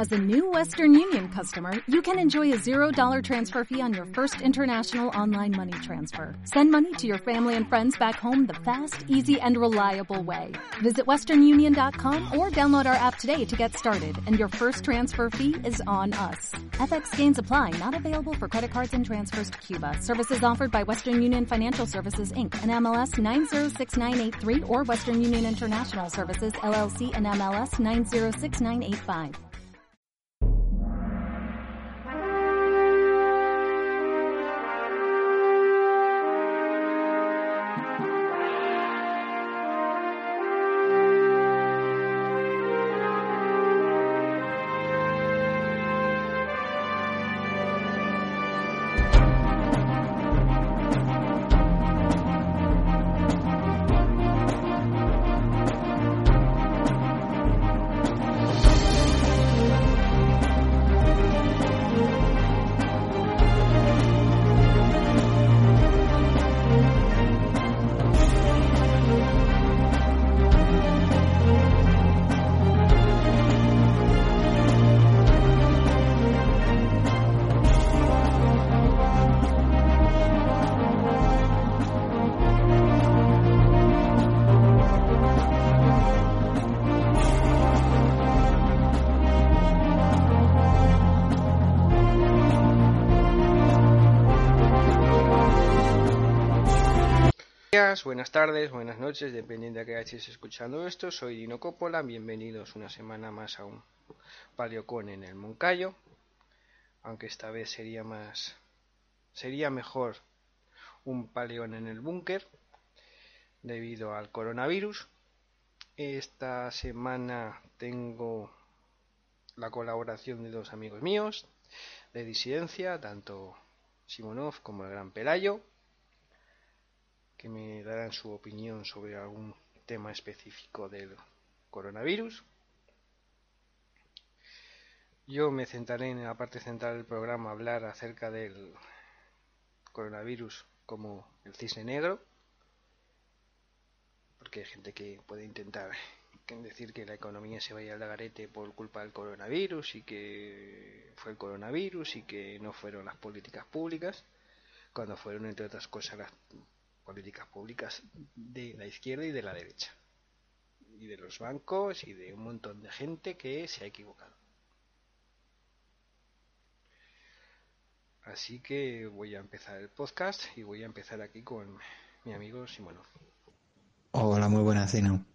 As a new Western Union customer, you can enjoy a $0 transfer fee on your first international online money transfer. Send money to your family and friends back home the fast, easy, and reliable way. Visit westernunion.com or download our app today to get started, and your first transfer fee is on us. FX gains apply, not available for credit cards and transfers to Cuba. Services offered by Western Union Financial Services, Inc., and MLS 906983, or Western Union International Services, LLC, and MLS 906985. Buenas tardes, buenas noches, dependiendo de que estéis escuchando esto. Soy Dino Coppola, bienvenidos una semana más a un Paleocon en el Moncayo, aunque esta vez sería mejor un Paleón en el búnker debido al coronavirus. Esta semana tengo la colaboración de dos amigos míos de disidencia, tanto Simonov como el Gran Pelayo, que me darán su opinión sobre algún tema específico del coronavirus. Yo me centraré en la parte central del programa, hablar acerca del coronavirus como el cisne negro, porque hay gente que puede intentar decir que la economía se vaya al garete por culpa del coronavirus y que fue el coronavirus y que no fueron las políticas públicas, cuando fueron, entre otras cosas, las políticas públicas de la izquierda y de la derecha, y de los bancos y de un montón de gente que se ha equivocado. Así que voy a empezar el podcast y voy a empezar aquí con mi amigo Simonov. Hola, muy buenas, Dino.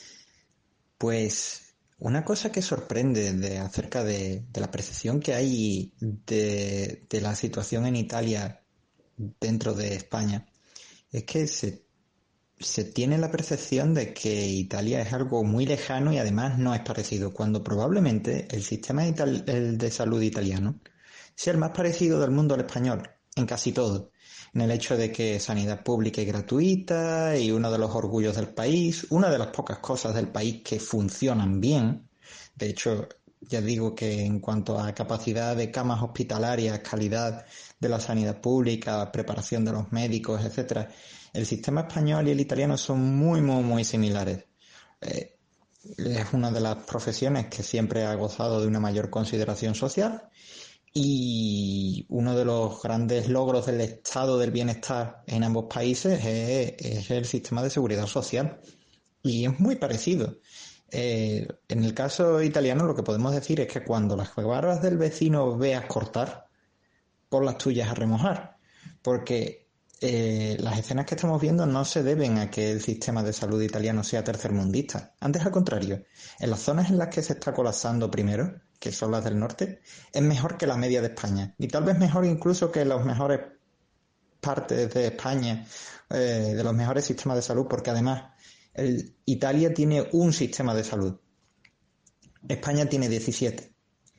Pues una cosa que sorprende acerca de la percepción que hay de la situación en Italia dentro de España es que se tiene la percepción de que Italia es algo muy lejano y además no es parecido, cuando probablemente el sistema el de salud italiano sea el más parecido del mundo al español, en casi todo. En el hecho de que sanidad pública y gratuita y uno de los orgullos del país, una de las pocas cosas del país que funcionan bien. De hecho, ya digo que en cuanto a capacidad de camas hospitalarias, calidad de la sanidad pública, preparación de los médicos, etcétera, el sistema español y el italiano son muy, muy, muy similares. Es una de las profesiones que siempre ha gozado de una mayor consideración social y uno de los grandes logros del estado del bienestar en ambos países es el sistema de seguridad social, y es muy parecido. En el caso italiano lo que podemos decir es que cuando las barbas del vecino veas cortar, pon las tuyas a remojar, porque las escenas que estamos viendo no se deben a que el sistema de salud italiano sea tercermundista. Antes, al contrario, en las zonas en las que se está colapsando primero, que son las del norte, es mejor que la media de España, y tal vez mejor incluso que las mejores partes de España, de los mejores sistemas de salud, porque además Italia tiene un sistema de salud, España tiene 17.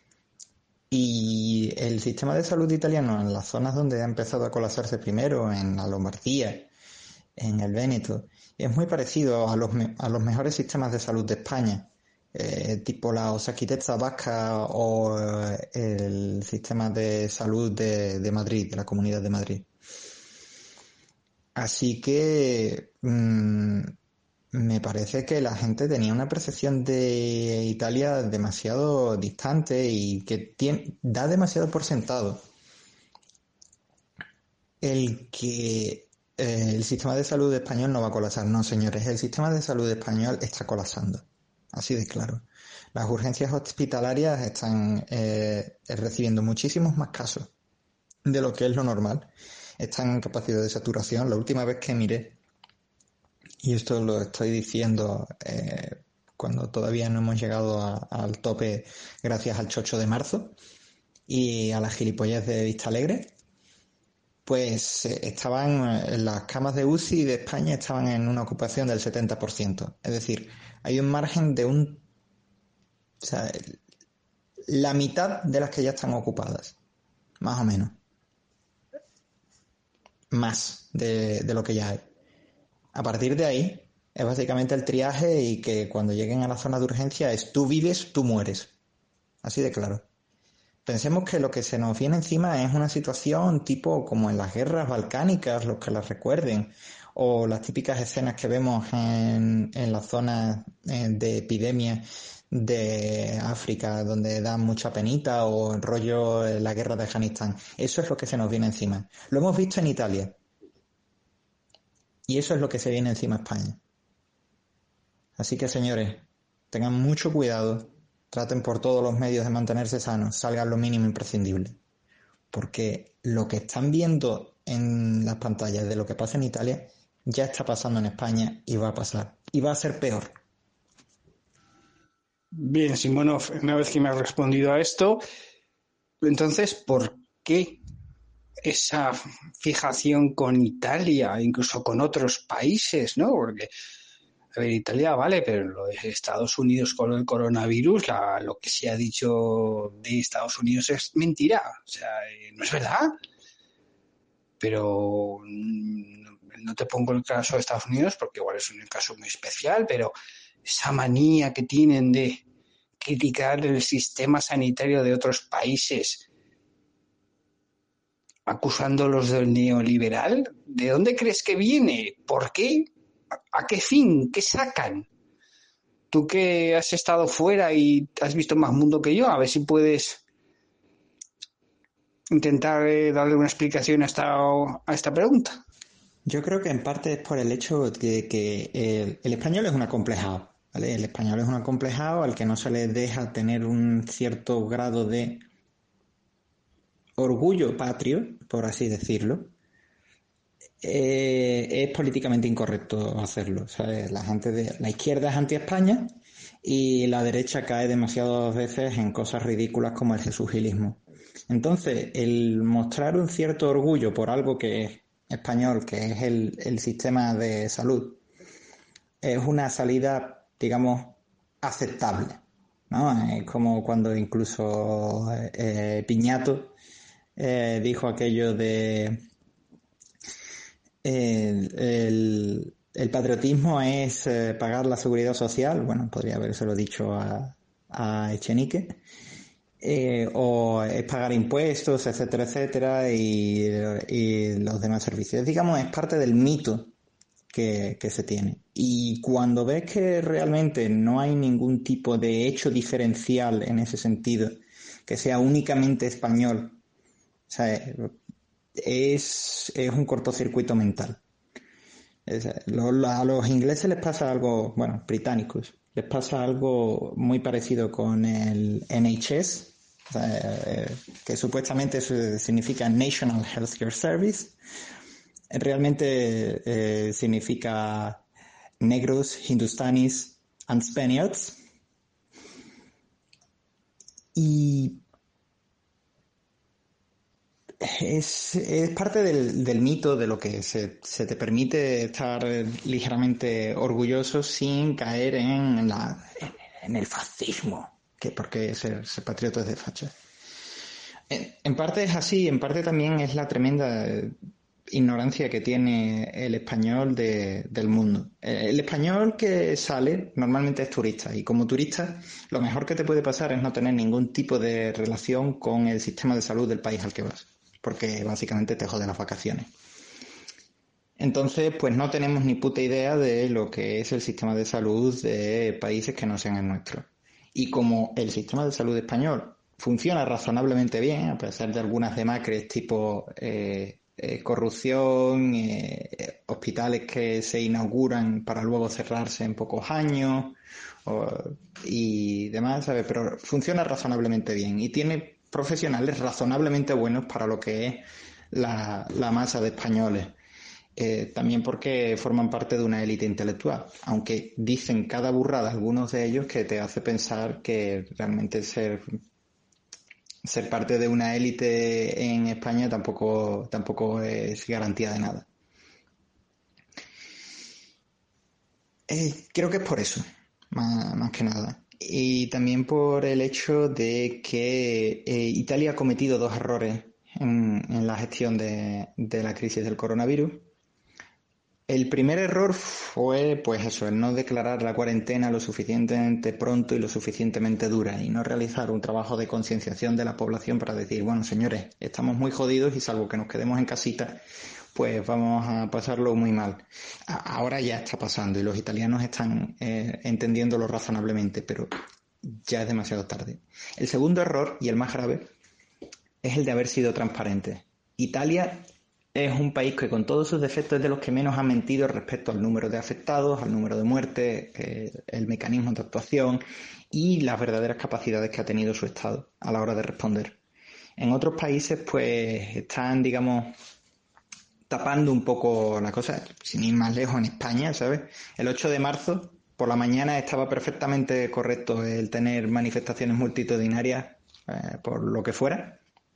Y el sistema de salud italiano en las zonas donde ha empezado a colapsarse primero, en la Lombardía, en el Véneto, es muy parecido a los mejores sistemas de salud de España, tipo la Osakidetzа vasca o el sistema de salud de Madrid, de la Comunidad de Madrid. Así que me parece que la gente tenía una percepción de Italia demasiado distante y que da demasiado por sentado el que el sistema de salud español no va a colapsar. No, señores, el sistema de salud español está colapsando. Así de claro. Las urgencias hospitalarias están recibiendo muchísimos más casos de lo que es lo normal. Están en capacidad de saturación. La última vez que miré, y esto lo estoy diciendo cuando todavía no hemos llegado al tope gracias al chocho de marzo y a la gilipollez de Vistalegre, pues estaban las camas de UCI de España estaban en una ocupación del 70%. Es decir, hay un margen de o sea, la mitad de las que ya están ocupadas, más o menos. Más de lo que ya hay. A partir de ahí, es básicamente el triaje y que cuando lleguen a la zona de urgencia es tú vives, tú mueres. Así de claro. Pensemos que lo que se nos viene encima es una situación tipo como en las guerras balcánicas, los que las recuerden, o las típicas escenas que vemos en las zonas de epidemia de África, donde dan mucha penita, o el rollo la guerra de Afganistán. Eso es lo que se nos viene encima. Lo hemos visto en Italia. Y eso es lo que se viene encima a España. Así que, señores, tengan mucho cuidado, traten por todos los medios de mantenerse sanos, salgan lo mínimo imprescindible. Porque lo que están viendo en las pantallas de lo que pasa en Italia ya está pasando en España y va a pasar. Y va a ser peor. Bien, Simonov, una vez que me has respondido a esto, entonces, ¿por qué esa fijación con Italia, incluso con otros países, ¿no? Porque, a ver, Italia vale, pero lo de Estados Unidos con el coronavirus, lo que se ha dicho de Estados Unidos es mentira, o sea, no es verdad. Pero no te pongo el caso de Estados Unidos porque igual es un caso muy especial, pero esa manía que tienen de criticar el sistema sanitario de otros países acusándolos del neoliberal, ¿de dónde crees que viene? ¿Por qué? ¿A qué fin? ¿Qué sacan? Tú que has estado fuera y has visto más mundo que yo, a ver si puedes intentar darle una explicación a esta pregunta. Yo creo que en parte es por el hecho de que el español es un acomplejado, ¿vale? El español es un acomplejado al que no se le deja tener un cierto grado de orgullo patrio, por así decirlo. Es políticamente incorrecto hacerlo, ¿sabes? La izquierda es anti-España y la derecha cae demasiadas veces en cosas ridículas como el jesugilismo. Entonces, el mostrar un cierto orgullo por algo que es español, que es el sistema de salud, es una salida, digamos, aceptable, ¿no? Es como cuando incluso Piñato dijo aquello de el patriotismo es pagar la seguridad social. Bueno, podría habérselo dicho a Echenique. O es pagar impuestos, etcétera, etcétera, y los demás servicios. Digamos, es parte del mito que se tiene. Y cuando ves que realmente no hay ningún tipo de hecho diferencial en ese sentido, que sea únicamente español, o sea, es un cortocircuito mental. A los ingleses les pasa algo, bueno, británicos, les pasa algo muy parecido con el NHS, o sea, que supuestamente eso significa National Healthcare Service. Realmente significa negros, hindustanis and Spaniards. Y es parte del mito de lo que se te permite estar ligeramente orgulloso sin caer en el fascismo, que porque ser patriota es de facha. En parte es así, en parte también es la tremenda ignorancia que tiene el español del mundo. El español que sale normalmente es turista, y como turista lo mejor que te puede pasar es no tener ningún tipo de relación con el sistema de salud del país al que vas, porque básicamente te jode las vacaciones. Entonces, pues no tenemos ni puta idea de lo que es el sistema de salud de países que no sean el nuestro. Y como el sistema de salud español funciona razonablemente bien, a pesar de algunas demacres tipo corrupción, hospitales que se inauguran para luego cerrarse en pocos años y demás, ¿sabes? Pero funciona razonablemente bien y tiene profesionales razonablemente buenos para lo que es la masa de españoles. También porque forman parte de una élite intelectual, aunque dicen cada burrada algunos de ellos que te hace pensar que realmente ser parte de una élite en España tampoco es garantía de nada. Creo que es por eso, más que nada. Y también por el hecho de que Italia ha cometido dos errores en la gestión de la crisis del coronavirus. El primer error fue, pues eso, el no declarar la cuarentena lo suficientemente pronto y lo suficientemente dura y no realizar un trabajo de concienciación de la población para decir, bueno, señores, estamos muy jodidos y salvo que nos quedemos en casita, pues vamos a pasarlo muy mal. Ahora ya está pasando y los italianos están entendiéndolo razonablemente, pero ya es demasiado tarde. El segundo error, y el más grave, es el de haber sido transparente. Italia es un país que con todos sus defectos es de los que menos ha mentido respecto al número de afectados, al número de muertes, el mecanismo de actuación y las verdaderas capacidades que ha tenido su Estado a la hora de responder. En otros países pues están, digamos, tapando un poco la cosa, sin ir más lejos en España, ¿sabes? El 8 de marzo por la mañana estaba perfectamente correcto el tener manifestaciones multitudinarias por lo que fuera.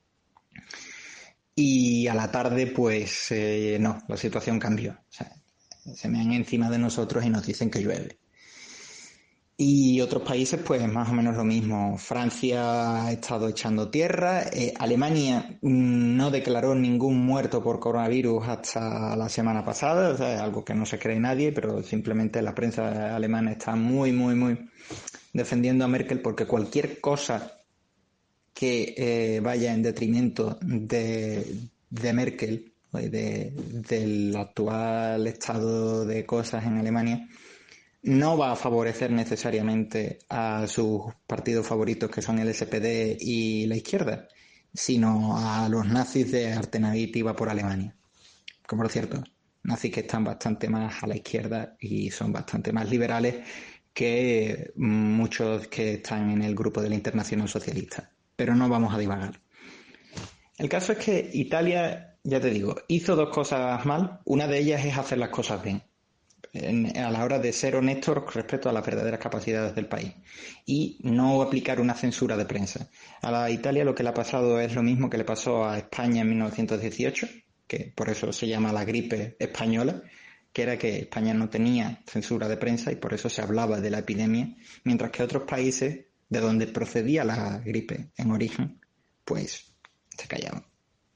Y a la tarde, pues no, la situación cambió. O sea, se mean encima de nosotros y nos dicen que llueve. Y otros países, pues más o menos lo mismo. Francia ha estado echando tierra. Alemania no declaró ningún muerto por coronavirus hasta la semana pasada. O sea, algo que no se cree nadie, pero simplemente la prensa alemana está muy defendiendo a Merkel porque cualquier cosa que vaya en detrimento de Merkel, del actual estado de cosas en Alemania, no va a favorecer necesariamente a sus partidos favoritos, que son el SPD y la izquierda, sino a los nazis de alternativa por Alemania. Que por cierto, nazis que están bastante más a la izquierda y son bastante más liberales que muchos que están en el grupo de la Internacional Socialista. Pero no vamos a divagar. El caso es que Italia, ya te digo, hizo dos cosas mal. Una de ellas es hacer las cosas bien, a la hora de ser honestos respecto a las verdaderas capacidades del país y no aplicar una censura de prensa. A la Italia lo que le ha pasado es lo mismo que le pasó a España en 1918, que por eso se llama la gripe española, que era que España no tenía censura de prensa y por eso se hablaba de la epidemia, mientras que otros países de donde procedía la gripe en origen, pues se callaban.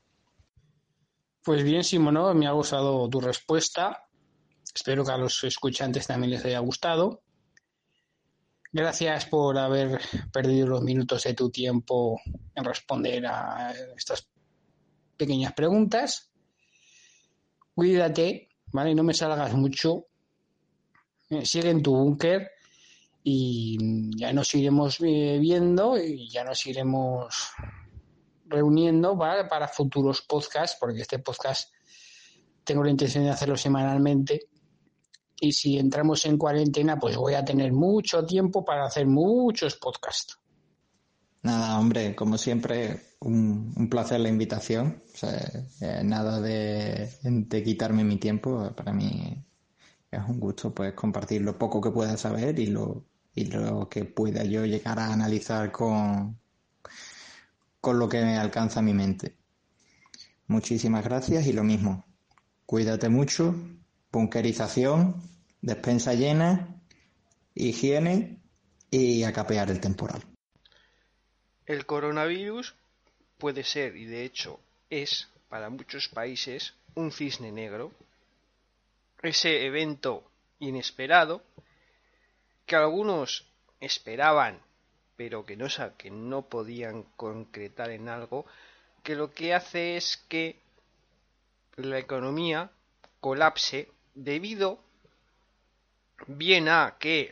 Pues bien, Simono, me ha gustado tu respuesta. Espero que a los escuchantes también les haya gustado. Gracias por haber perdido los minutos de tu tiempo en responder a estas pequeñas preguntas. Cuídate, ¿vale? No me salgas mucho. Sigue en tu búnker y ya nos iremos viendo y ya nos iremos reuniendo, ¿vale? Para futuros podcasts, porque este podcast tengo la intención de hacerlo semanalmente. Y si entramos en cuarentena, pues voy a tener mucho tiempo para hacer muchos podcasts. Nada, hombre, como siempre, un placer la invitación. O sea, nada de quitarme mi tiempo. Para mí es un gusto pues compartir lo poco que pueda saber y lo que pueda yo llegar a analizar con lo que me alcanza mi mente. Muchísimas gracias y lo mismo. Cuídate mucho, bunkerización, despensa llena, higiene y a capear el temporal. El coronavirus puede ser, y de hecho es para muchos países, un cisne negro. Ese evento inesperado que algunos esperaban, pero que no podían concretar en algo, que lo que hace es que la economía colapse debido bien a que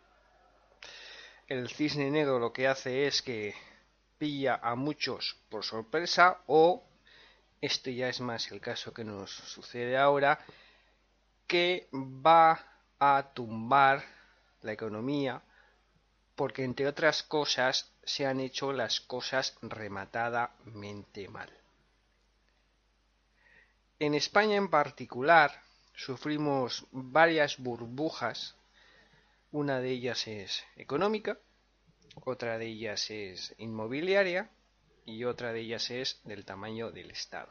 el cisne negro lo que hace es que pilla a muchos por sorpresa, o esto ya es más el caso que nos sucede ahora, que va a tumbar la economía porque, entre otras cosas, se han hecho las cosas rematadamente mal. En España en particular sufrimos varias burbujas. Una de ellas es económica, otra de ellas es inmobiliaria y otra de ellas es del tamaño del Estado.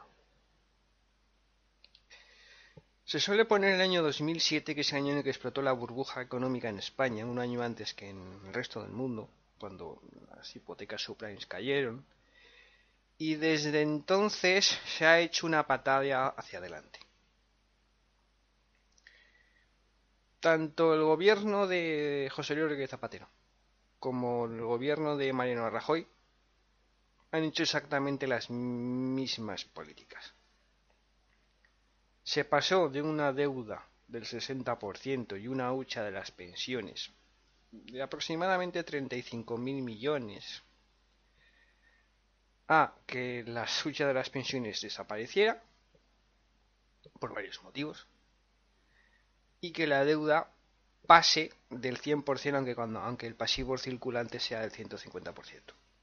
Se suele poner el año 2007, que es el año en el que explotó la burbuja económica en España, un año antes que en el resto del mundo, cuando las hipotecas subprimes cayeron, y desde entonces se ha hecho una patada hacia adelante. Tanto el gobierno de José Luis Rodríguez Zapatero como el gobierno de Mariano Rajoy han hecho exactamente las mismas políticas. Se pasó de una deuda del 60% y una hucha de las pensiones de aproximadamente 35.000 millones a que la hucha de las pensiones desapareciera por varios motivos y que la deuda pase del 100% aunque el pasivo circulante sea del 150%.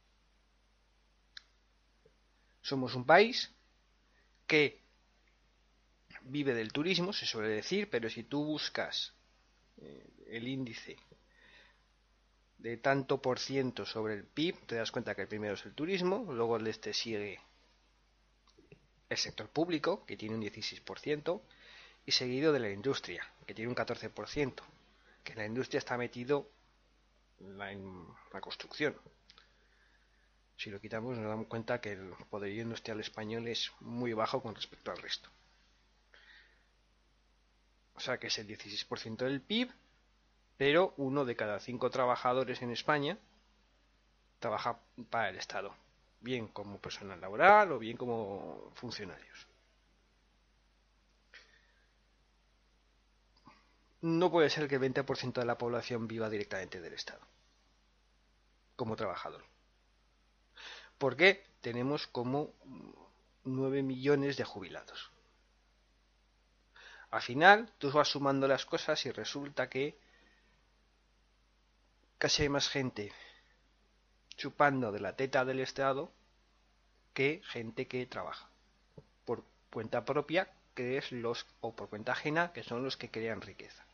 Somos un país que vive del turismo, se suele decir, pero si tú buscas el índice de tanto por ciento sobre el PIB, te das cuenta que el primero es el turismo, luego el este sigue el sector público, que tiene un 16%, y seguido de la industria, que tiene un 14%, que la industria está metido en la construcción. Si lo quitamos nos damos cuenta que el poderío industrial español es muy bajo con respecto al resto. O sea que es el 16% del PIB, pero 1 de cada 5 trabajadores en España trabaja para el Estado, bien como personal laboral o bien como funcionarios. No puede ser que el 20% de la población viva directamente del Estado, como trabajador. ¿Por qué? Tenemos como 9 millones de jubilados. Al final, tú vas sumando las cosas y resulta que casi hay más gente chupando de la teta del Estado que gente que trabaja por cuenta propia, que es o por cuenta ajena, que son los que crean riqueza.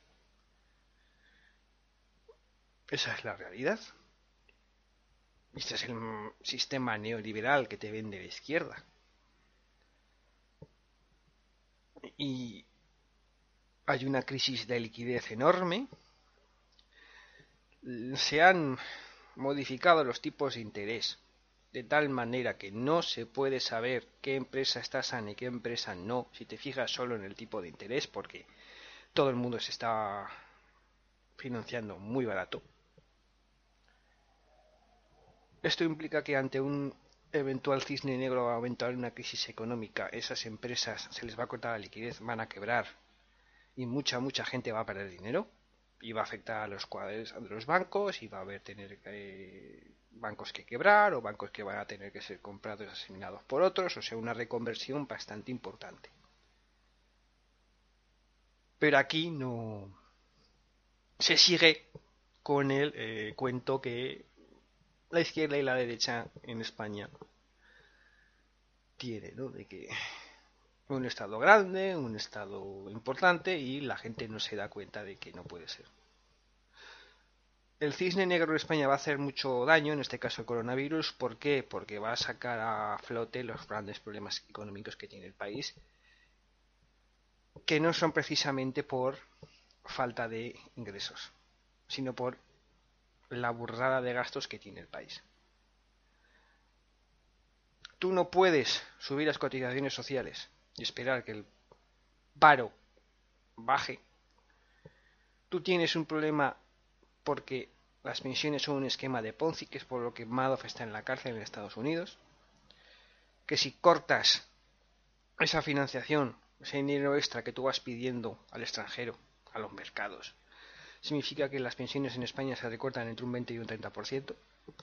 Esa es la realidad. Este es el sistema neoliberal que te vende la izquierda. Y hay una crisis de liquidez enorme. Se han modificado los tipos de interés de tal manera que no se puede saber qué empresa está sana y qué empresa no, si te fijas solo en el tipo de interés, porque todo el mundo se está financiando muy barato. Esto implica que ante un eventual cisne negro o eventual una crisis económica, esas empresas se les va a cortar la liquidez, van a quebrar y mucha gente va a perder dinero y va a afectar a los cuadros de los bancos y va a tener bancos que quebrar o bancos que van a tener que ser comprados y asimilados por otros, o sea, una reconversión bastante importante. Pero aquí no se sigue con el cuento que la izquierda y la derecha en España tiene, ¿no? De que un estado grande, un estado importante y la gente no se da cuenta de que no puede ser. El cisne negro en España va a hacer mucho daño, en este caso el coronavirus. ¿Por qué? Porque va a sacar a flote los grandes problemas económicos que tiene el país, que no son precisamente por falta de ingresos, sino por la burrada de gastos que tiene el país. Tú no puedes subir las cotizaciones sociales y esperar que el paro baje. Tú tienes un problema porque las pensiones son un esquema de Ponzi, que es por lo que Madoff está en la cárcel en Estados Unidos, que si cortas esa financiación ese dinero extra que tú vas pidiendo al extranjero, a los mercados, significa que las pensiones en España se recortan entre un 20 y un 30%.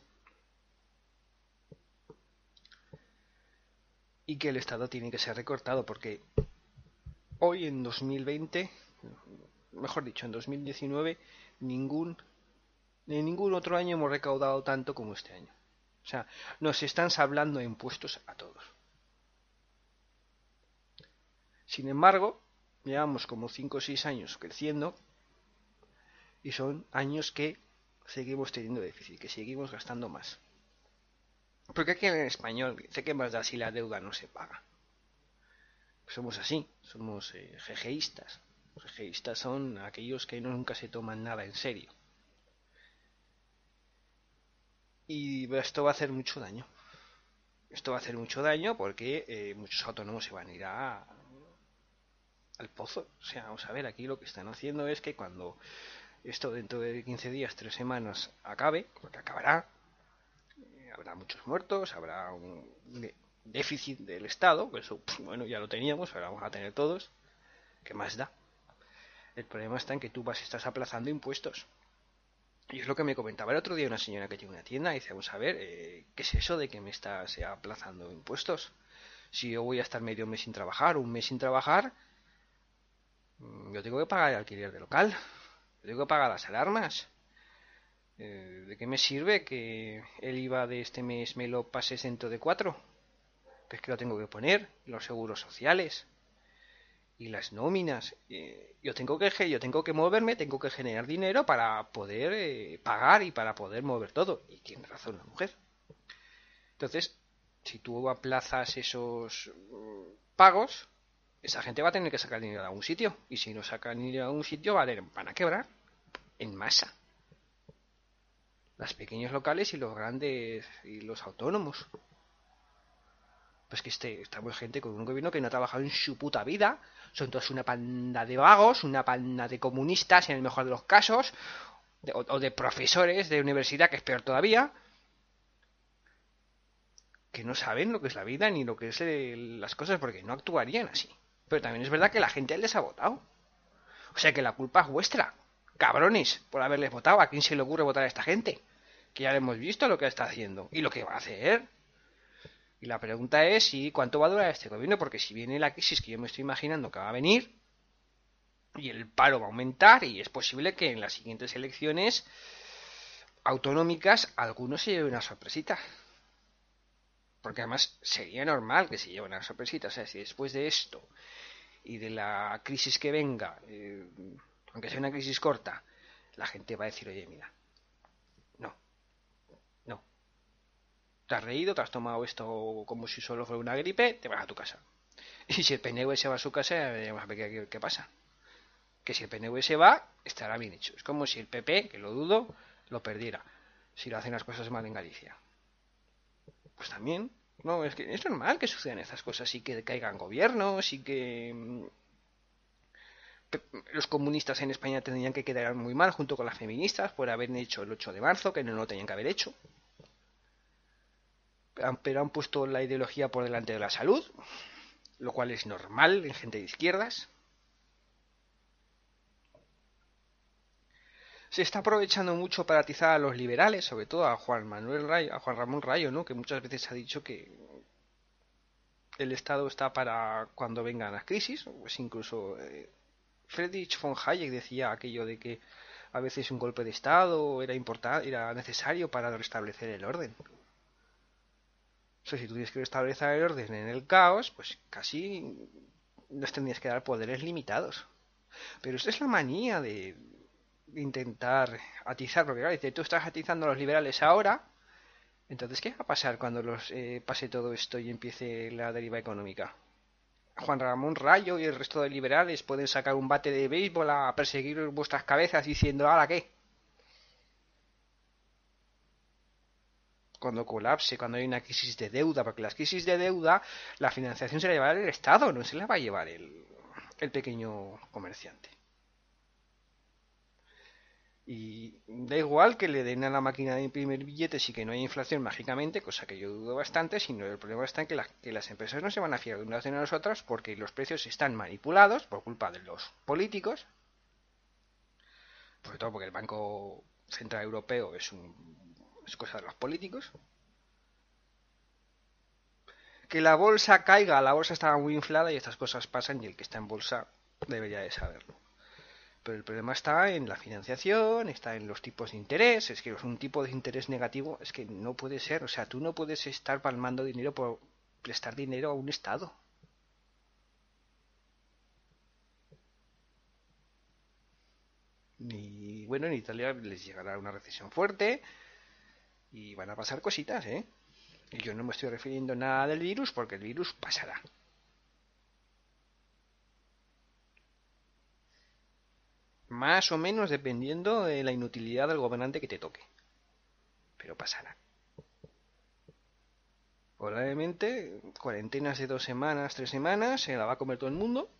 Y que el Estado tiene que ser recortado porque hoy en 2020, mejor dicho, en 2019, en ningún otro año hemos recaudado tanto como este año. O sea, nos están sablando impuestos a todos. Sin embargo, llevamos como 5 o 6 años creciendo y son años que seguimos teniendo déficit, que seguimos gastando más. Porque aquí en español dice que más da si la deuda no se paga. Somos así, somos jejeístas. Los jejeístas son aquellos que nunca se toman nada en serio. Y esto va a hacer mucho daño. Esto va a hacer mucho daño porque muchos autónomos se van a ir al pozo. O sea, vamos a ver, aquí lo que están haciendo es que cuando esto dentro de 15 días, 3 semanas acabe, porque acabará, habrá muchos muertos, habrá un déficit del Estado, que eso, bueno, ya lo teníamos, ahora vamos a tener todos. ¿Qué más da? El problema está en que tú estás aplazando impuestos. Y es lo que me comentaba el otro día una señora que tiene una tienda. Y dice, vamos a ver, ¿qué es eso de que me estás aplazando impuestos? Si yo voy a estar medio mes sin trabajar, un mes sin trabajar, yo tengo que pagar el alquiler del local, yo tengo que pagar las alarmas. ¿De qué me sirve que el IVA de este mes me lo pases dentro de 4? Que es que lo tengo que poner, los seguros sociales y las nóminas. Yo tengo que moverme, tengo que generar dinero para poder pagar y para poder mover todo. Y tiene razón la mujer. Entonces, si tú aplazas esos pagos, esa gente va a tener que sacar dinero de algún sitio. Y si no sacan dinero de algún sitio, van a quebrar en masa. Los pequeños locales y los grandes y los autónomos. Pues que estamos gente con un gobierno que no ha trabajado en su puta vida. Son todos una panda de vagos, una panda de comunistas en el mejor de los casos, o de profesores de universidad, que es peor todavía, que no saben lo que es la vida ni lo que es las cosas, porque no actuarían así. Pero también es verdad que la gente les ha votado. O sea que la culpa es vuestra, cabrones, por haberles votado. ¿A quién se le ocurre votar a esta gente? Que ya hemos visto lo que está haciendo y lo que va a hacer. Y la pregunta es cuánto va a durar este gobierno, porque si viene la crisis que yo me estoy imaginando que va a venir y el paro va a aumentar, y es posible que en las siguientes elecciones autonómicas algunos se lleven una sorpresita. Porque además sería normal que se lleven una sorpresita. O sea, si después de esto y de la crisis que venga, aunque sea una crisis corta, la gente va a decir, oye, mira, no. Te has reído, te has tomado esto como si solo fuera una gripe, te vas a tu casa. Y si el PNV se va a su casa, vamos a ver qué pasa. Que si el PNV se va, estará bien hecho. Es como si el PP, que lo dudo, lo perdiera. Si lo hacen las cosas mal en Galicia. Pues también, no, es que es normal que sucedan esas cosas y que caigan gobiernos y que los comunistas en España tendrían que quedar muy mal junto con las feministas por haber hecho el 8 de marzo, que no lo tenían que haber hecho. Pero han puesto la ideología por delante de la salud, lo cual es normal en gente de izquierdas. Se está aprovechando mucho para atizar a los liberales, sobre todo a Juan Ramón Rayo, ¿no? Que muchas veces ha dicho que el Estado está para cuando vengan las crisis. Pues incluso Friedrich von Hayek decía aquello de que a veces un golpe de Estado era necesario para restablecer el orden. O sea, si tú tienes que restablecer el orden en el caos, pues casi les tendrías que dar poderes limitados. Pero esta es la manía de intentar atizar, porque claro, tú estás atizando a los liberales ahora, entonces ¿qué va a pasar cuando pase todo esto y empiece la deriva económica? Juan Ramón Rayo y el resto de liberales pueden sacar un bate de béisbol a perseguir vuestras cabezas diciendo ¿ahora qué? Cuando colapse, cuando hay una crisis de deuda, porque las crisis de deuda, la financiación se la llevará el Estado, no se la va a llevar el pequeño comerciante. Y da igual que le den a la máquina de imprimir billetes y que no haya inflación mágicamente, cosa que yo dudo bastante, sino el problema está en que las empresas no se van a fiar de unas de las otras porque los precios están manipulados por culpa de los políticos, sobre todo porque el Banco Central Europeo es cosa de los políticos. Que la bolsa caiga, la bolsa estaba muy inflada y estas cosas pasan y el que está en bolsa debería de saberlo. Pero el problema está en la financiación, está en los tipos de interés. Es que un tipo de interés negativo es que no puede ser. O sea, tú no puedes estar palmando dinero por prestar dinero a un Estado. Y bueno, en Italia les llegará una recesión fuerte y van a pasar cositas, ¿eh? Y yo no me estoy refiriendo nada del virus porque el virus pasará. Más o menos dependiendo de la inutilidad del gobernante que te toque. Pero pasará. Probablemente cuarentenas de 2 semanas, 3 semanas, se la va a comer todo el mundo.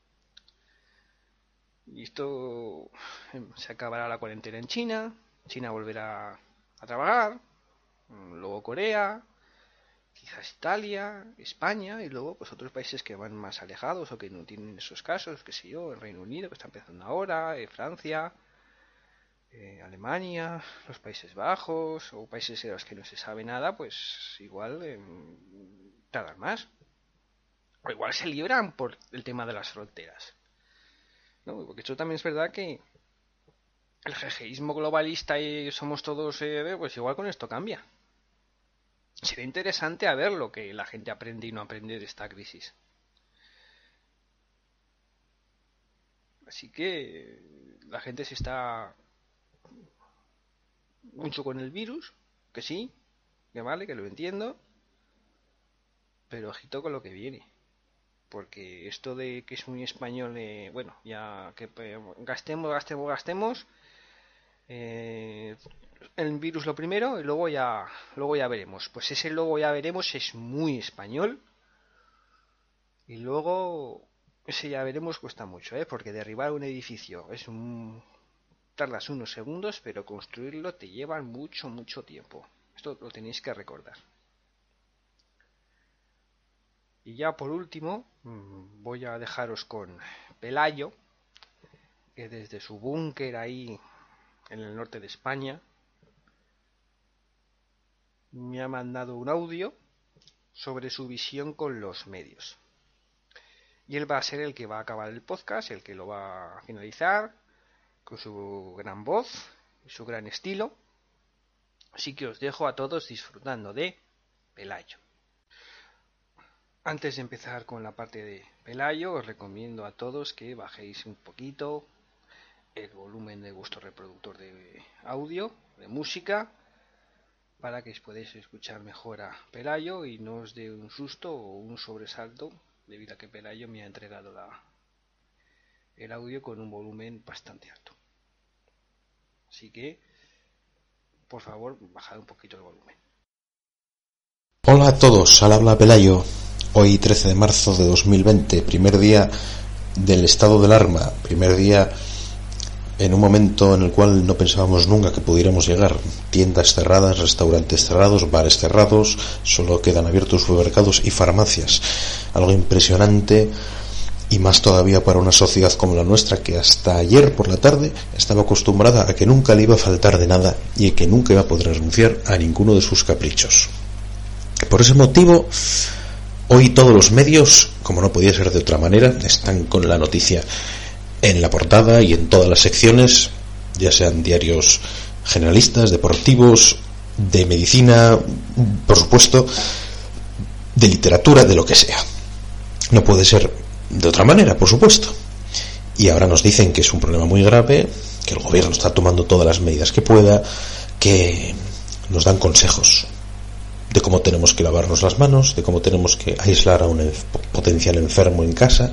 Y esto se acabará la cuarentena en China. China volverá a trabajar. Luego Corea. Quizás Italia, España y luego pues otros países que van más alejados o que no tienen esos casos, qué sé yo, el Reino Unido que está empezando ahora, Francia, Alemania, los Países Bajos o países de los que no se sabe nada, pues igual tardan más. O igual se libran por el tema de las fronteras. ¿No? Porque esto también es verdad que el jejeísmo globalista y somos todos, pues igual con esto cambia. Será interesante a ver lo que la gente aprende y no aprende de esta crisis. Así que la gente se está mucho con el virus, que sí, que vale, que lo entiendo, pero ojito con lo que viene. Porque esto de que es muy español, bueno, ya que gastemos, el virus lo primero y luego ya veremos. Pues ese luego ya veremos es muy español y luego ese ya veremos cuesta mucho, porque derribar un edificio tardas unos segundos, pero construirlo te lleva mucho tiempo. Esto lo tenéis que recordar. Y ya por último voy a dejaros con Pelayo, que desde su búnker ahí en el norte de España me ha mandado un audio sobre su visión con los medios. Y él va a ser el que va a acabar el podcast, el que lo va a finalizar con su gran voz y su gran estilo. Así que os dejo a todos disfrutando de Pelayo. Antes de empezar con la parte de Pelayo, os recomiendo a todos que bajéis un poquito el volumen de vuestro reproductor de audio, de música, para que podáis escuchar mejor a Pelayo y no os dé un susto o un sobresalto debido a que Pelayo me ha entregado el audio con un volumen bastante alto. Así que, por favor, bajad un poquito el volumen. Hola a todos, al habla Pelayo. Hoy 13 de marzo de 2020, primer día del estado de alarma, primer día en un momento en el cual no pensábamos nunca que pudiéramos llegar. Tiendas cerradas, restaurantes cerrados, bares cerrados, solo quedan abiertos supermercados y farmacias. Algo impresionante, y más todavía para una sociedad como la nuestra, que hasta ayer por la tarde estaba acostumbrada a que nunca le iba a faltar de nada y que nunca iba a poder renunciar a ninguno de sus caprichos. Por ese motivo, hoy todos los medios, como no podía ser de otra manera, están con la noticia en la portada y en todas las secciones, ya sean diarios generalistas, deportivos, de medicina, por supuesto, de literatura, de lo que sea. No puede ser de otra manera, por supuesto. Y ahora nos dicen que es un problema muy grave, que el gobierno está tomando todas las medidas que pueda, que nos dan consejos de cómo tenemos que lavarnos las manos, de cómo tenemos que aislar a un potencial enfermo en casa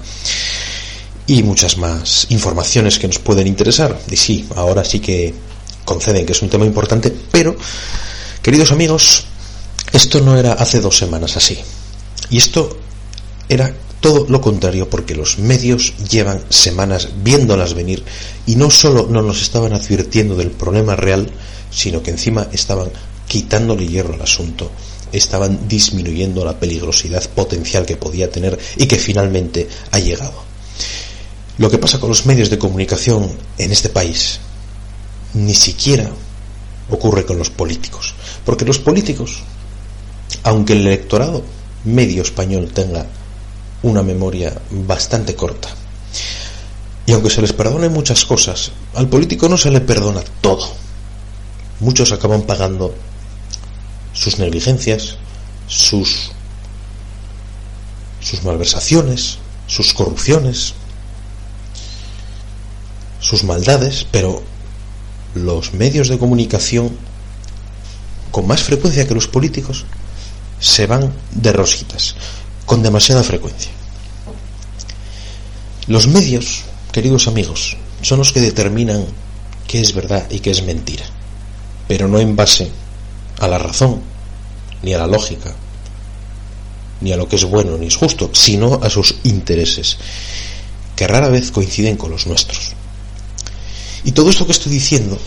y muchas más informaciones que nos pueden interesar. Y sí, ahora sí que conceden que es un tema importante, pero, queridos amigos, esto no era hace 2 semanas así. Y esto era todo lo contrario, porque los medios llevan semanas viéndolas venir y no solo no nos estaban advirtiendo del problema real, sino que encima estaban quitándole hierro al asunto, estaban disminuyendo la peligrosidad potencial que podía tener y que finalmente ha llegado. Lo que pasa con los medios de comunicación en este país ni siquiera ocurre con los políticos, porque los políticos, aunque el electorado medio español tenga una memoria bastante corta, y aunque se les perdone muchas cosas, al político no se le perdona todo. Muchos acaban pagando sus negligencias, sus malversaciones, sus corrupciones, sus maldades, pero los medios de comunicación, con más frecuencia que los políticos, se van de rositas, con demasiada frecuencia. Los medios, queridos amigos, son los que determinan qué es verdad y qué es mentira, pero no en base a la razón, ni a la lógica, ni a lo que es bueno ni es justo, sino a sus intereses, que rara vez coinciden con los nuestros. Y todo esto que estoy diciendo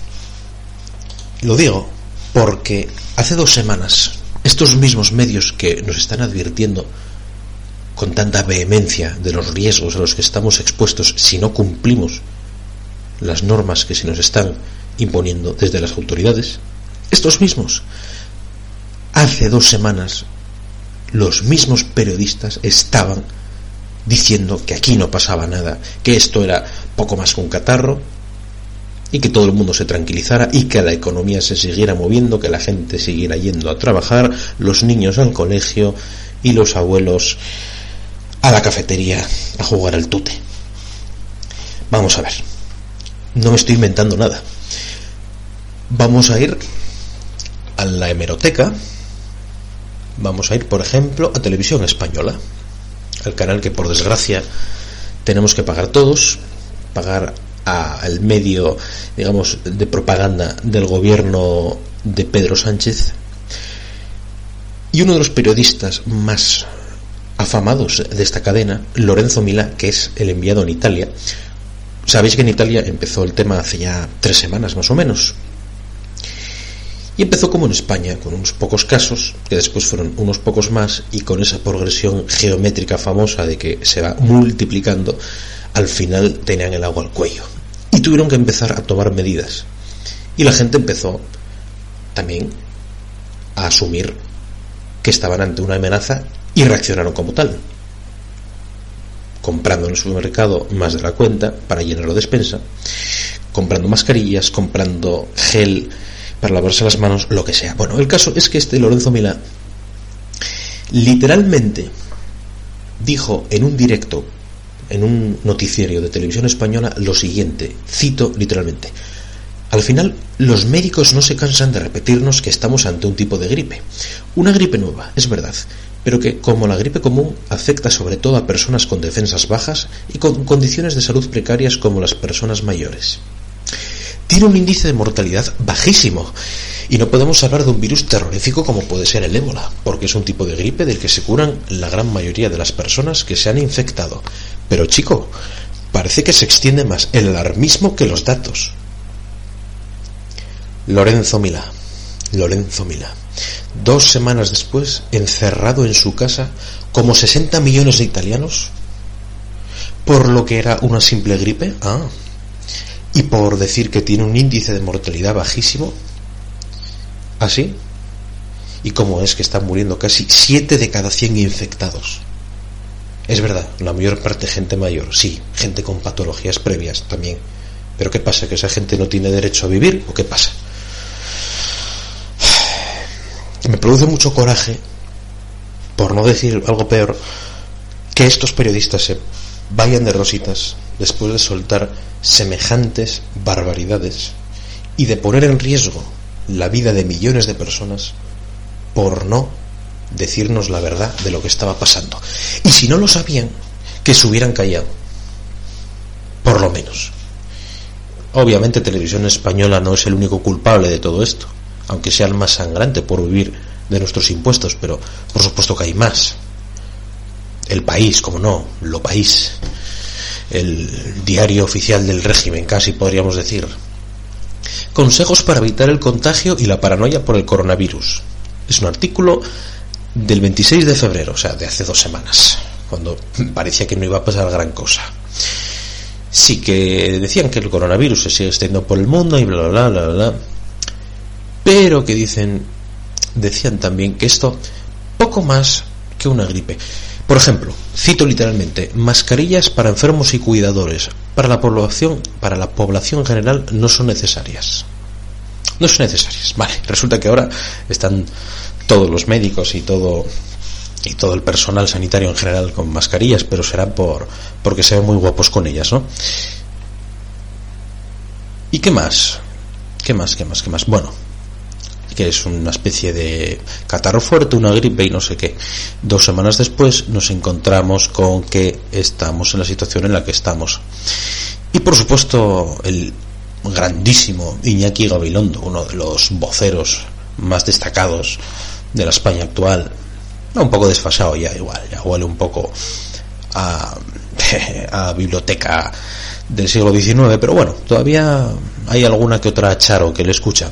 lo digo porque hace 2 semanas estos mismos medios que nos están advirtiendo con tanta vehemencia de los riesgos a los que estamos expuestos si no cumplimos las normas que se nos están imponiendo desde las autoridades, estos mismos, hace 2 semanas, los mismos periodistas estaban diciendo que aquí no pasaba nada, que esto era poco más que un catarro, y que todo el mundo se tranquilizara y que la economía se siguiera moviendo, que la gente siguiera yendo a trabajar, los niños al colegio y los abuelos a la cafetería a jugar al tute. Vamos a ver, no me estoy inventando nada. Vamos a ir a la hemeroteca, vamos a ir, por ejemplo, a Televisión Española, al canal que por desgracia tenemos que pagar todos, pagar al medio, digamos, de propaganda del gobierno de Pedro Sánchez. Y uno de los periodistas más afamados de esta cadena, Lorenzo Milá, que es el enviado en Italia. Sabéis que en Italia empezó el tema hace ya 3 semanas más o menos, y empezó como en España, con unos pocos casos, que después fueron unos pocos más, y con esa progresión geométrica famosa de que se va multiplicando, al final tenían el agua al cuello y tuvieron que empezar a tomar medidas, y la gente empezó también a asumir que estaban ante una amenaza y reaccionaron como tal, comprando en el supermercado más de la cuenta para llenar la despensa, comprando mascarillas, comprando gel para lavarse las manos, lo que sea. Bueno, el caso es que este Lorenzo Milá literalmente dijo en un directo, en un noticiario de Televisión Española, lo siguiente, cito literalmente: al final, los médicos no se cansan de repetirnos que estamos ante un tipo de gripe. Una gripe nueva, es verdad, pero que, como la gripe común, afecta sobre todo a personas con defensas bajas y con condiciones de salud precarias como las personas mayores. Tiene un índice de mortalidad bajísimo, y no podemos hablar de un virus terrorífico como puede ser el ébola, porque es un tipo de gripe del que se curan la gran mayoría de las personas que se han infectado. Pero chico, parece que se extiende más el alarmismo que los datos. Lorenzo Milá, 2 semanas después, encerrado en su casa, como 60 millones de italianos, por lo que era una simple gripe, y por decir que tiene un índice de mortalidad bajísimo, ¿así? ¿Y cómo es que están muriendo casi 7 de cada 100 infectados? Es verdad, la mayor parte gente mayor, sí, gente con patologías previas también, pero ¿qué pasa? ¿Que esa gente no tiene derecho a vivir o qué pasa? Me produce mucho coraje, por no decir algo peor, que estos periodistas se vayan de rositas después de soltar semejantes barbaridades y de poner en riesgo la vida de millones de personas por no decirnos la verdad de lo que estaba pasando. Y si no lo sabían, que se hubieran callado, por lo menos. Obviamente Televisión Española no es el único culpable de todo esto, aunque sea el más sangrante por vivir de nuestros impuestos, pero por supuesto que hay más. El País, como no, Lo País, el diario oficial del régimen, casi podríamos decir. Consejos para evitar el contagio y la paranoia por el coronavirus. Es un artículo del 26 de febrero, o sea, de hace 2 semanas, cuando parecía que no iba a pasar gran cosa. Sí que decían que el coronavirus se sigue extendiendo por el mundo y bla bla bla bla bla, pero que decían también que esto poco más que una gripe. Por ejemplo, cito literalmente: mascarillas para enfermos y cuidadores, para la población general no son necesarias. No son necesarias. Vale, resulta que ahora están todos los médicos y todo el personal sanitario en general con mascarillas, pero será porque se ven muy guapos con ellas, ¿no? ¿Y qué más? ¿Qué más? Bueno, que es una especie de catarro fuerte, una gripe y no sé qué. 2 semanas después nos encontramos con que estamos en la situación en la que estamos. Y por supuesto el grandísimo Iñaki Gabilondo, uno de los voceros más destacados de la España actual, un poco desfasado ya, igual, ya huele un poco a biblioteca del siglo XIX, pero bueno, todavía hay alguna que otra charo que le escucha.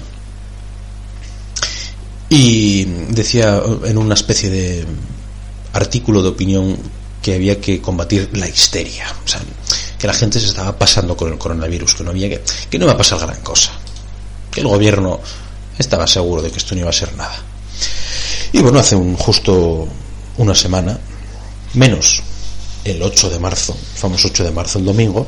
Y decía en una especie de artículo de opinión que había que combatir la histeria, o sea, que la gente se estaba pasando con el coronavirus, que no iba a pasar gran cosa, que el gobierno estaba seguro de que esto no iba a ser nada. Y bueno, hace justo una semana, menos el 8 de marzo, el famoso 8 de marzo, el domingo,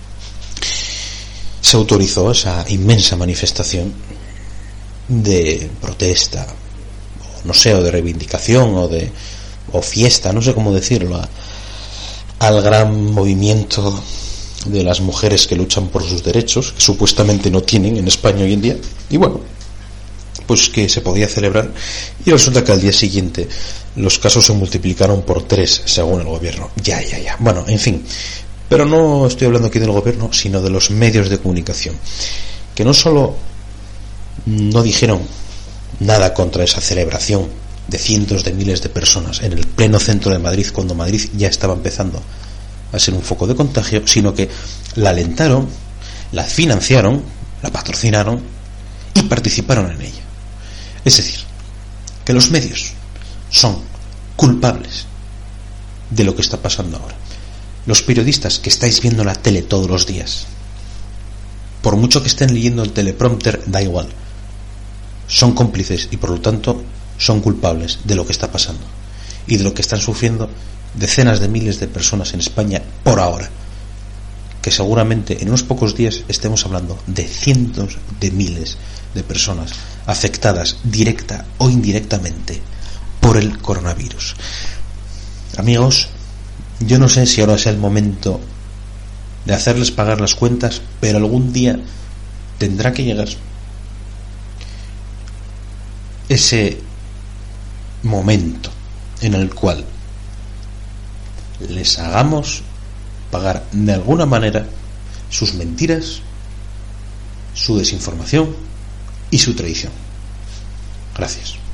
se autorizó esa inmensa manifestación de protesta, o no sé, o de reivindicación, o fiesta, no sé cómo decirlo, al gran movimiento de las mujeres que luchan por sus derechos, que supuestamente no tienen en España hoy en día. Y bueno, pues que se podía celebrar, y resulta que al día siguiente los casos se multiplicaron por 3 según el gobierno. Ya. Bueno, en fin, pero no estoy hablando aquí del gobierno, sino de los medios de comunicación, que no solo no dijeron nada contra esa celebración de cientos de miles de personas en el pleno centro de Madrid, cuando Madrid ya estaba empezando a ser un foco de contagio, sino que la alentaron, la financiaron, la patrocinaron y participaron en ella. Es decir, que los medios son culpables de lo que está pasando ahora. Los periodistas que estáis viendo la tele todos los días, por mucho que estén leyendo el teleprompter, da igual, son cómplices y por lo tanto son culpables de lo que está pasando y de lo que están sufriendo decenas de miles de personas en España por ahora, que seguramente en unos pocos días estemos hablando de cientos de miles de personas afectadas directa o indirectamente por el coronavirus. Amigos, yo no sé si ahora es el momento de hacerles pagar las cuentas, pero algún día tendrá que llegar ese momento en el cual les hagamos pagar de alguna manera sus mentiras, su desinformación y su traición. Gracias.